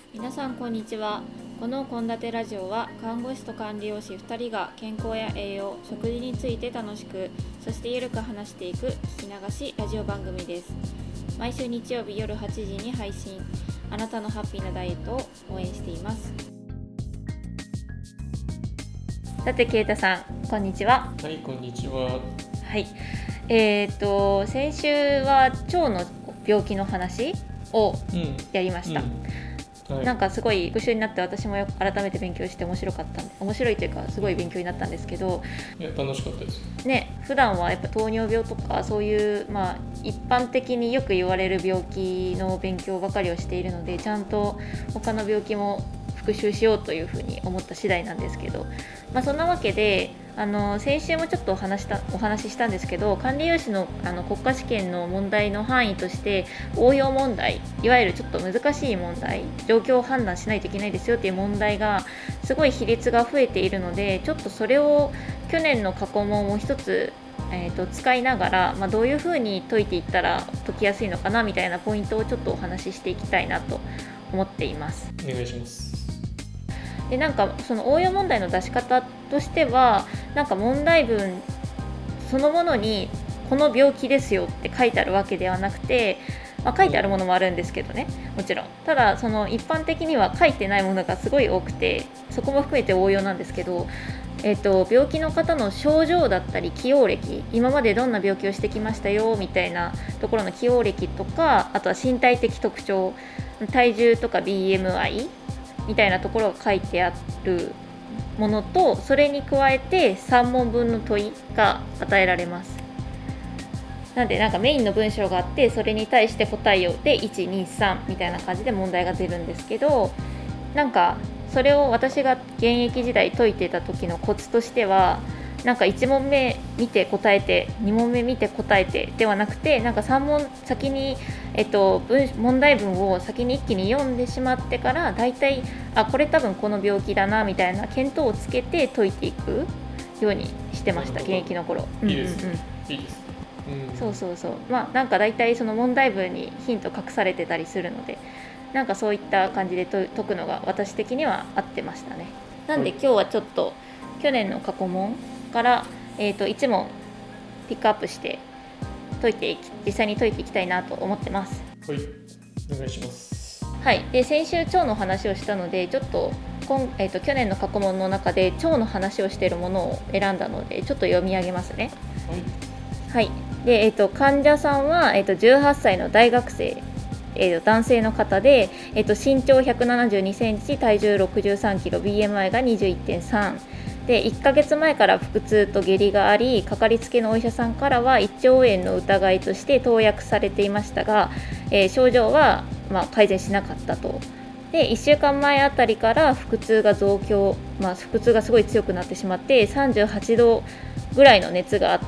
皆さんこんにちは。この献立ラジオは看護師と管理栄養士2人が健康や栄養、食事について楽しく、そしてゆるく話していく聞き流しラジオ番組です。毎週日曜日夜8時に配信。あなたのハッピーなダイエットを応援しています。さてケイタさん、こんにちは。 はい、こんにちは。 はい。先週は腸の病気の話をやりました。 はい、 なんかすごい復習になって、私も改めて勉強して面白いというかすごい勉強になったんですけど、 いや楽しかったですね。普段はやっぱ糖尿病とかそういう、一般的によく言われる病気の勉強ばかりをしているので、ちゃんと他の病気も復習しようというふうに思った次第なんですけど、そんなわけで先週もちょっとお話ししたんですけど、管理栄養士の国家試験の問題の範囲として応用問題、いわゆるちょっと難しい問題、状況を判断しないといけないですよっていう問題がすごい比率が増えているので、ちょっとそれを去年の過去問を一つ使いながら、どういうふうに解いていったら解きやすいのかなみたいなポイントをちょっとお話ししていきたいなと思っています。 お願いします。 で、なんかその応用問題の出し方としては、なんか問題文そのものにこの病気ですよって書いてあるわけではなくて、書いてあるものもあるんですけどね、もちろん。ただその一般的には書いてないものがすごい多くて、そこも含めて応用なんですけど、病気の方の症状だったり起用歴、今までどんな病気をしてきましたよみたいなところの起用歴とか、あとは身体的特徴、体重とか BMI みたいなところが書いてあるものと、それに加えて3問分の問いが与えられます。なんで、なんかメインの文章があって、それに対して答えようで123みたいな感じで問題が出るんですけど、なんかそれを私が現役時代解いてた時のコツとしては、なんか1問目見て答えて、2問目見て答えてではなくて、なんか3問先に、問題文を先に一気に読んでしまってから、だいたいこれ多分この病気だなみたいな見当をつけて解いていくようにしてました、現役の頃。 いいですね、いいですね。 そう、なんかだいたいその問題文にヒント隠されてたりするので、なんかそういった感じで解くのが私的には合ってましたね。なんで今日はちょっと去年の過去問から、1問ピックアップして実際に解いていきたいなと思ってます。 はい、お願いします。 はい。で、先週腸の話をしたので、ちょっと去年の過去問の中で腸の話をしているものを選んだので、ちょっと読み上げますね。はい。で、患者さんは、18歳の大学生、男性の方で、身長172センチ、体重63キロ、BMI が 21.3で、1ヶ月前から腹痛と下痢があり、かかりつけのお医者さんからは胃腸炎の疑いとして投薬されていましたが、症状は改善しなかったと。で、1週間前あたりから腹痛が増強、腹痛がすごい強くなってしまって、38度ぐらいの熱があって、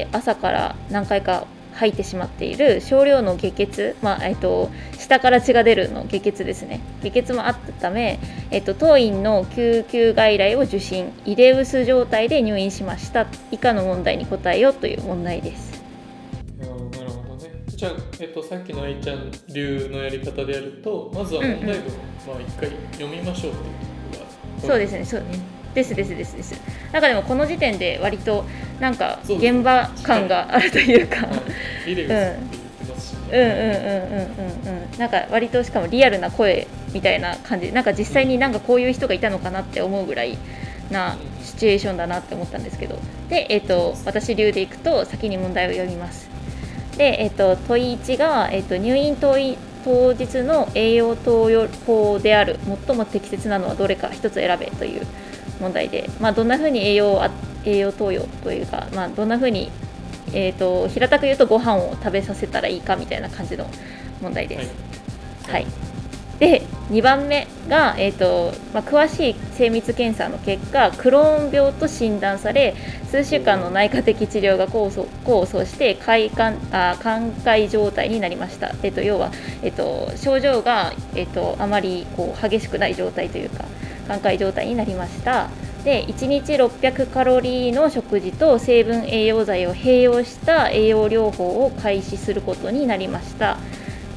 朝から何回か吐いてしまっている少量の下血、下から血が出るの下血ですね。下血もあったため、当院の救急外来を受診、イレウス状態で入院しました。以下の問題に答えようという問題です。 なるほどね。じゃあ、さっきの愛ちゃん流のやり方でやると、まずは問題文を一回読みましょうっていうところが、 そうですね、そうですなんかでもこの時点で割となんか現場感があるというか、 リレーって言ってますしね。 なんか割としかもリアルな声みたいな感じ、なんか実際になんかこういう人がいたのかなって思うぐらいなシチュエーションだなって思ったんですけど、で、私流でいくと先に問題を読みます。で、問い1が、入院当日の栄養投与法である最も適切なのはどれか一つ選べという問題で、どんな風に栄養投与というか、どんな風に、平たく言うとご飯を食べさせたらいいかみたいな感じの問題です。はい。で、2番目が、詳しい精密検査の結果、クローン病と診断され、数週間の内科的治療が功を奏して寛解状態になりました。要は、症状が、あまり激しくない状態というか、寛解状態になりました。で、1日600カロリーの食事と成分栄養剤を併用した栄養療法を開始することになりました。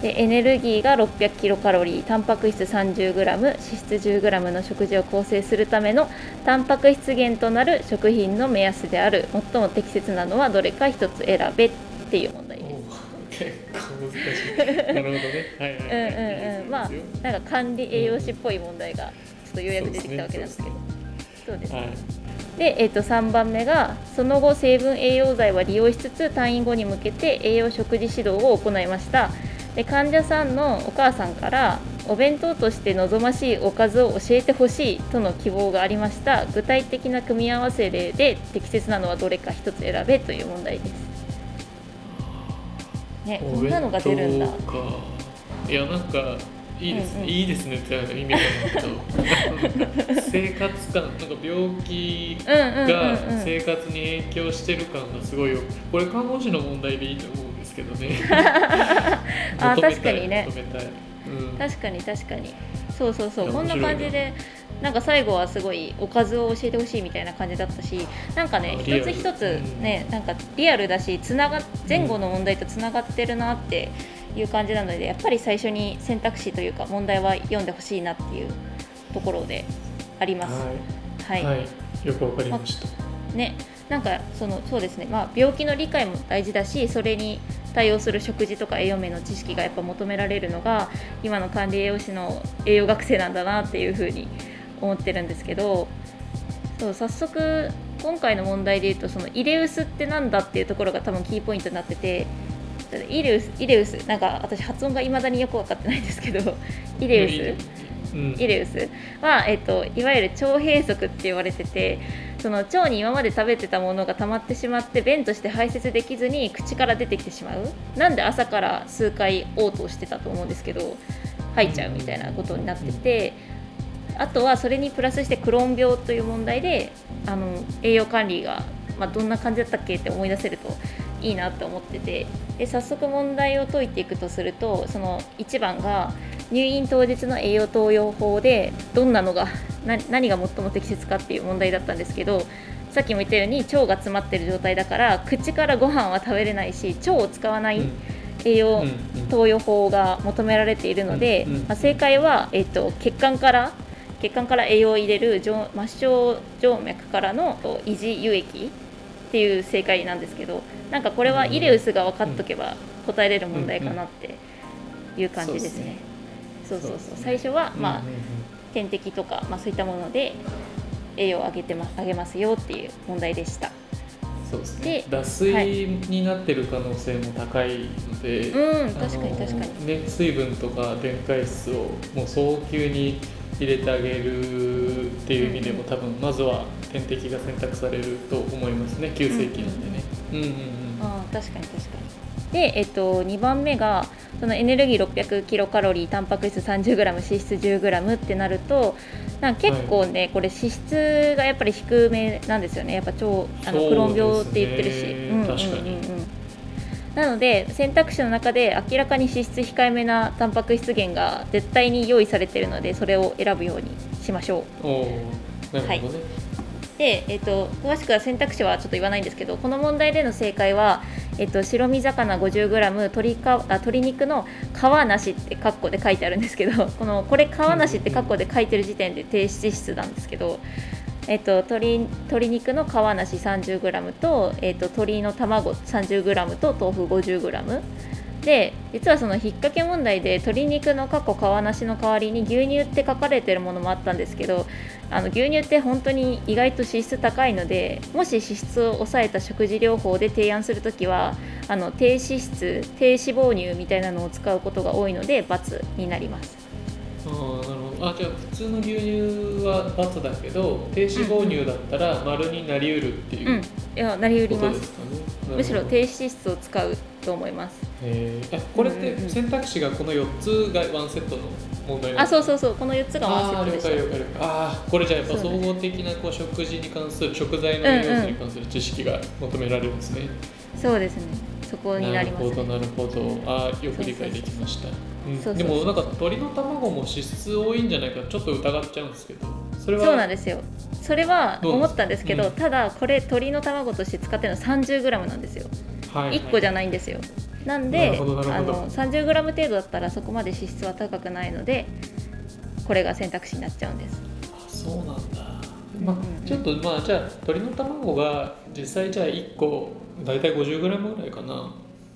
でエネルギーが600キロカロリー、タンパク質 30g、脂質 10g の食事を構成するためのタンパク質源となる食品の目安である。最も適切なのはどれか一つ選べっていう問題です。 結構難しい。なるほどね。はいはいはい。 まあなんか管理栄養士っぽい問題がちょっとようやく出てきたわけなんですけど、そうですね。はいで3番目が、その後成分栄養剤は利用しつつ退院後に向けて栄養食事指導を行いました。で患者さんのお母さんからお弁当として望ましいおかずを教えてほしいとの希望がありました。具体的な組み合わせ例で適切なのはどれか一つ選べという問題です。ね、こんなのが出るんだ。 いやなんかいいですね、いいですねって意味なんだけど生活感、なんか病気が生活に影響してる感がすごいよ。これ看護師の問題でいいと思うんですけどねあ、確かにね、確かにそうこんな感じでなんか最後はすごいおかずを教えてほしいみたいな感じだったし、なんかね一つ一つね、なんかリアルだし前後の問題とつながってるなっていう感じなので、やっぱり最初に選択肢というか問題は読んでほしいなっていうところであります。はい、 よくわかりました。 ね、なんかそうですね、病気の理解も大事だし、それに対応する食事とか栄養面の知識がやっぱ求められるのが今の管理栄養士の栄養学生なんだなっていうふうに思ってるんですけど、早速今回の問題でいうと、そのイレウスってなんだっていうところが多分キーポイントになってて、イレウスなんか私発音が未だによく分かってないんですけど、イレウスは、いわゆる腸閉塞って言われてて、その腸に今まで食べてたものが溜まってしまって便として排泄できずに口から出てきてしまう。なんで朝から数回嘔吐してたと思うんですけど吐いちゃうみたいなことになってて、あとはそれにプラスしてクローン病という問題で栄養管理が、どんな感じだったっけって思い出せるといいなって思ってて、で早速問題を解いていくとすると、その1番が入院当日の栄養投与法でどんなのが何が最も適切かっていう問題だったんですけど、さっきも言ったように腸が詰まってる状態だから口からご飯は食べれないし、腸を使わない栄養投与法が求められているので、正解は、血管から栄養を入れる末梢静脈からの維持輸液っていう正解なんですけど、なんかこれはイレウスが分かっとけば答えれる問題かなっていう感じですね。最初は点滴とか、そういったもので栄養を上げますよっていう問題でした。 そうですね、脱水になってる可能性も高いので、 確かに、 水分とか電解質をもう早急に入れてあげるっていう意味でも、多分まずは点滴が選択されると思いますね。急性期なんでね。 確かにで、2番目がそのエネルギー600キロカロリー、タンパク質 30g、 脂質 10g ってなると、なんか結構ね、これ脂質がやっぱり低めなんですよね。やっぱクローン病って言ってるし、確かに。なので選択肢の中で明らかに脂質控えめなタンパク質源が絶対に用意されているので、それを選ぶようにしましょう。 なるほどね。 で、詳しくは選択肢はちょっと言わないんですけど、この問題での正解は、白身魚 50g、 鶏肉の皮なしってカッコで書いてあるんですけど、これ皮なしってカッコで書いてる時点で低脂質なんですけど、鶏肉の皮なし 30g と、鶏の卵 30g と豆腐 50g で、実はその引っ掛け問題で鶏肉の皮なしの代わりに牛乳って書かれてるものもあったんですけど、牛乳って本当に意外と脂質高いので、もし脂質を抑えた食事療法で提案するときは低脂質低脂肪乳みたいなのを使うことが多いので×になります。 なるほど。じゃあ普通の牛乳は×だけど、低脂肪乳だったら丸になりうるっていうなりうります。 ことですかね。 むしろ低脂質を使うと思います。 これって選択肢がこの4つがワンセットの問題なんですか？ そうこの4つがワンセットでした。 了解。これじゃあやっぱ総合的な食事に関する食材の栄養素に関する知識が求められるんですね。 そうですね、そこになりますね。 なるほど。よく理解できました。でもなんか鶏の卵も脂質多いんじゃないかちょっと疑っちゃうんですけど、それはそうなんですよ。それは思ったんですけど、ただこれ鶏の卵として使ってるのは 30g なんですよ。1個じゃないんですよ。 なんでなるほど 30g 程度だったらそこまで脂質は高くないので、これが選択肢になっちゃうんです。 あ、そうなんだ。ちょっとじゃあ鶏の卵が実際じゃあ1個だいたい 50g ぐらいかな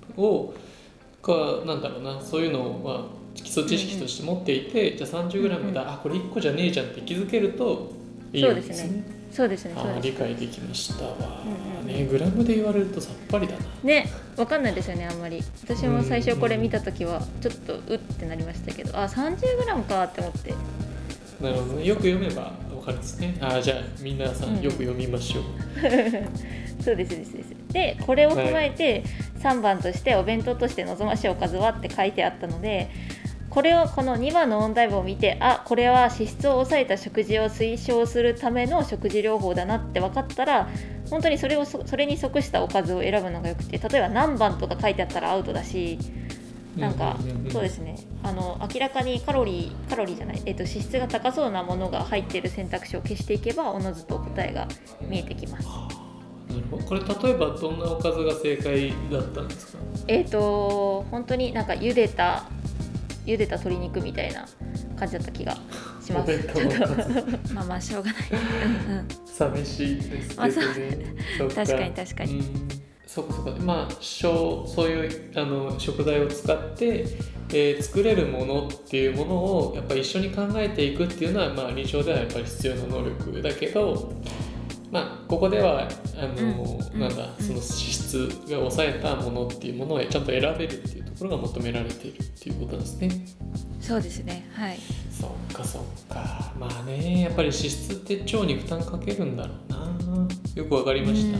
なんだろうな、そういうのは基礎知識として持っていて、じゃあ 30g だ、あこれ1個じゃねえじゃんって気づけるといいんですね。 そうですね。 理解できましたわ、ね。グラムで言われるとさっぱりだな。ね、 分かんないですよね、あんまり。私も最初これ見た時はちょっとうってなりましたけど、30g かって思って。 なるほどね。よく読めば分かるんですね。じゃあ皆さんよく読みましょう。 そうです。でこれを踏まえて、3番としてお弁当として望ましいおかずはって書いてあったので、この2番の問題文を見て、これは脂質を抑えた食事を推奨するための食事療法だなって分かったら、本当にそれに即したおかずを選ぶのがよくて、例えば何番とか書いてあったらアウトだし、そうですね、明らかにカロリーじゃない、脂質が高そうなものが入っている選択肢を消していけばおのずと答えが見えてきます。 なるほど。これ例えばどんなおかずが正解だったんですか？ 本当に茹でた鶏肉みたいな感じだった気がします。まあしょうがない。 寂しいですけどね。 確かに。 そうそういう食材を使って、作れるものっていうものをやっぱり一緒に考えていくっていうのは、臨床ではやっぱり必要な能力だけど、ここではその脂質が抑えたものっていうものをちゃんと選べるっていうところが求められているっていうことですね。 そうですね。はい。 そっか。やっぱり脂質って腸に負担かけるんだろうな。よくわかりました。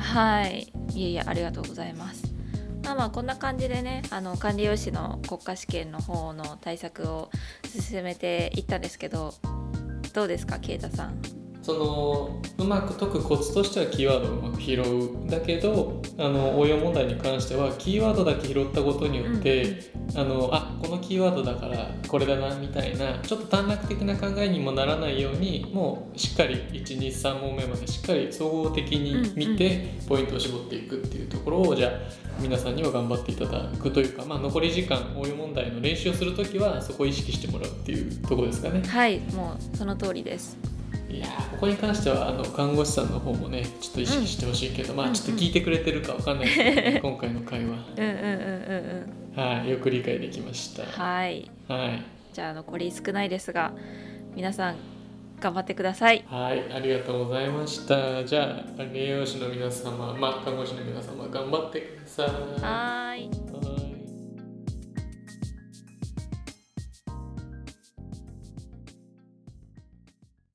はい。いえありがとうございます。こんな感じでね、管理栄養士の国家試験の方の対策を進めていったんですけど、どうですか、啓太さん。 うまく解くコツとしてはキーワードをうまく拾うだけど、応用問題に関してはキーワードだけ拾ったことによって、このキーワードだからこれだなみたいなちょっと短絡的な考えにもならないように、もうしっかり 1,2,3 問目までしっかり総合的に見てポイントを絞っていくっていうところを、じゃあ皆さんには頑張っていただくというか、残り時間応用問題の練習をするときはそこを意識してもらうっていうところですかね。 はい、もうその通りです。 いやここに関しては看護師さんの方もねちょっと意識してほしいけど、ちょっと聞いてくれてるかわかんないですけど、ね、今回の会話よく理解できました。 はい、じゃあ残り少ないですが皆さん頑張ってください。 はい、ありがとうございました。じゃあ栄養士の皆様、看護師の皆様頑張ってください。 はい。